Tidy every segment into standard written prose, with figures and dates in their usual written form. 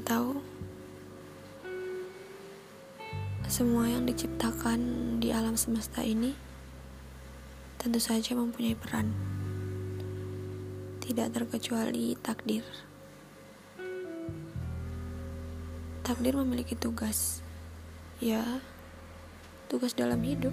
tahu, semua yang diciptakan di alam semesta ini tentu saja mempunyai peran, tidak terkecuali takdir. Takdir memiliki tugas, ya, tugas dalam hidup.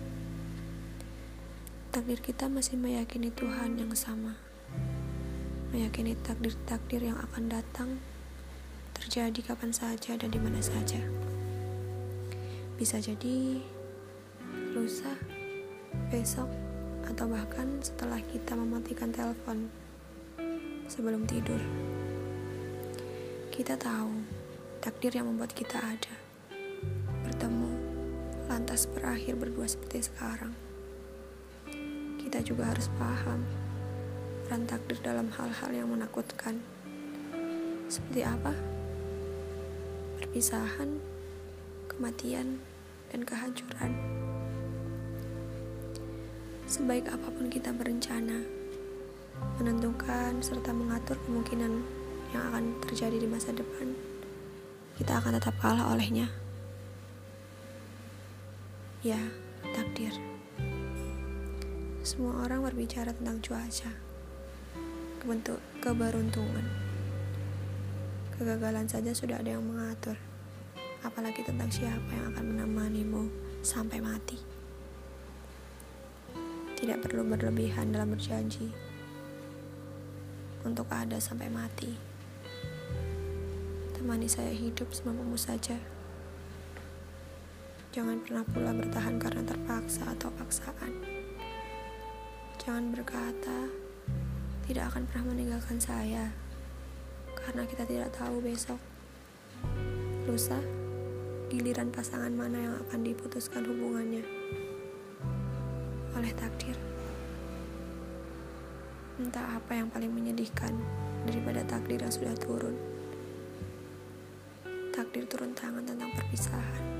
Takdir kita masih meyakini Tuhan yang sama, meyakini takdir-takdir yang akan datang terjadi kapan saja dan di mana saja. Bisa jadi lusa, besok, atau bahkan setelah kita mematikan telepon sebelum tidur. Kita tahu takdir yang membuat kita ada, bertemu, lantas berakhir berdua seperti sekarang. Kita juga harus paham peran takdir dalam hal-hal yang menakutkan. Seperti apa? Perpisahan, kematian, dan kehancuran. Sebaik apapun kita berencana, menentukan serta mengatur kemungkinan yang akan terjadi di masa depan, kita akan tetap kalah olehnya. Ya, takdir. Semua orang berbicara tentang cuaca, keberuntungan. Kegagalan saja sudah ada yang mengatur, apalagi tentang siapa yang akan menemanimu sampai mati. Tidak perlu berlebihan dalam berjanji untuk ada sampai mati. Temani saya hidup semampumu saja. Jangan pernah pula bertahan karena terpaksa atau paksaan. Jangan berkata tidak akan pernah meninggalkan saya, karena kita tidak tahu besok, lusa, giliran pasangan mana yang akan diputuskan hubungannya oleh takdir. Entah apa yang paling menyedihkan daripada takdir yang sudah turun. Takdir turun tangan tentang perpisahan.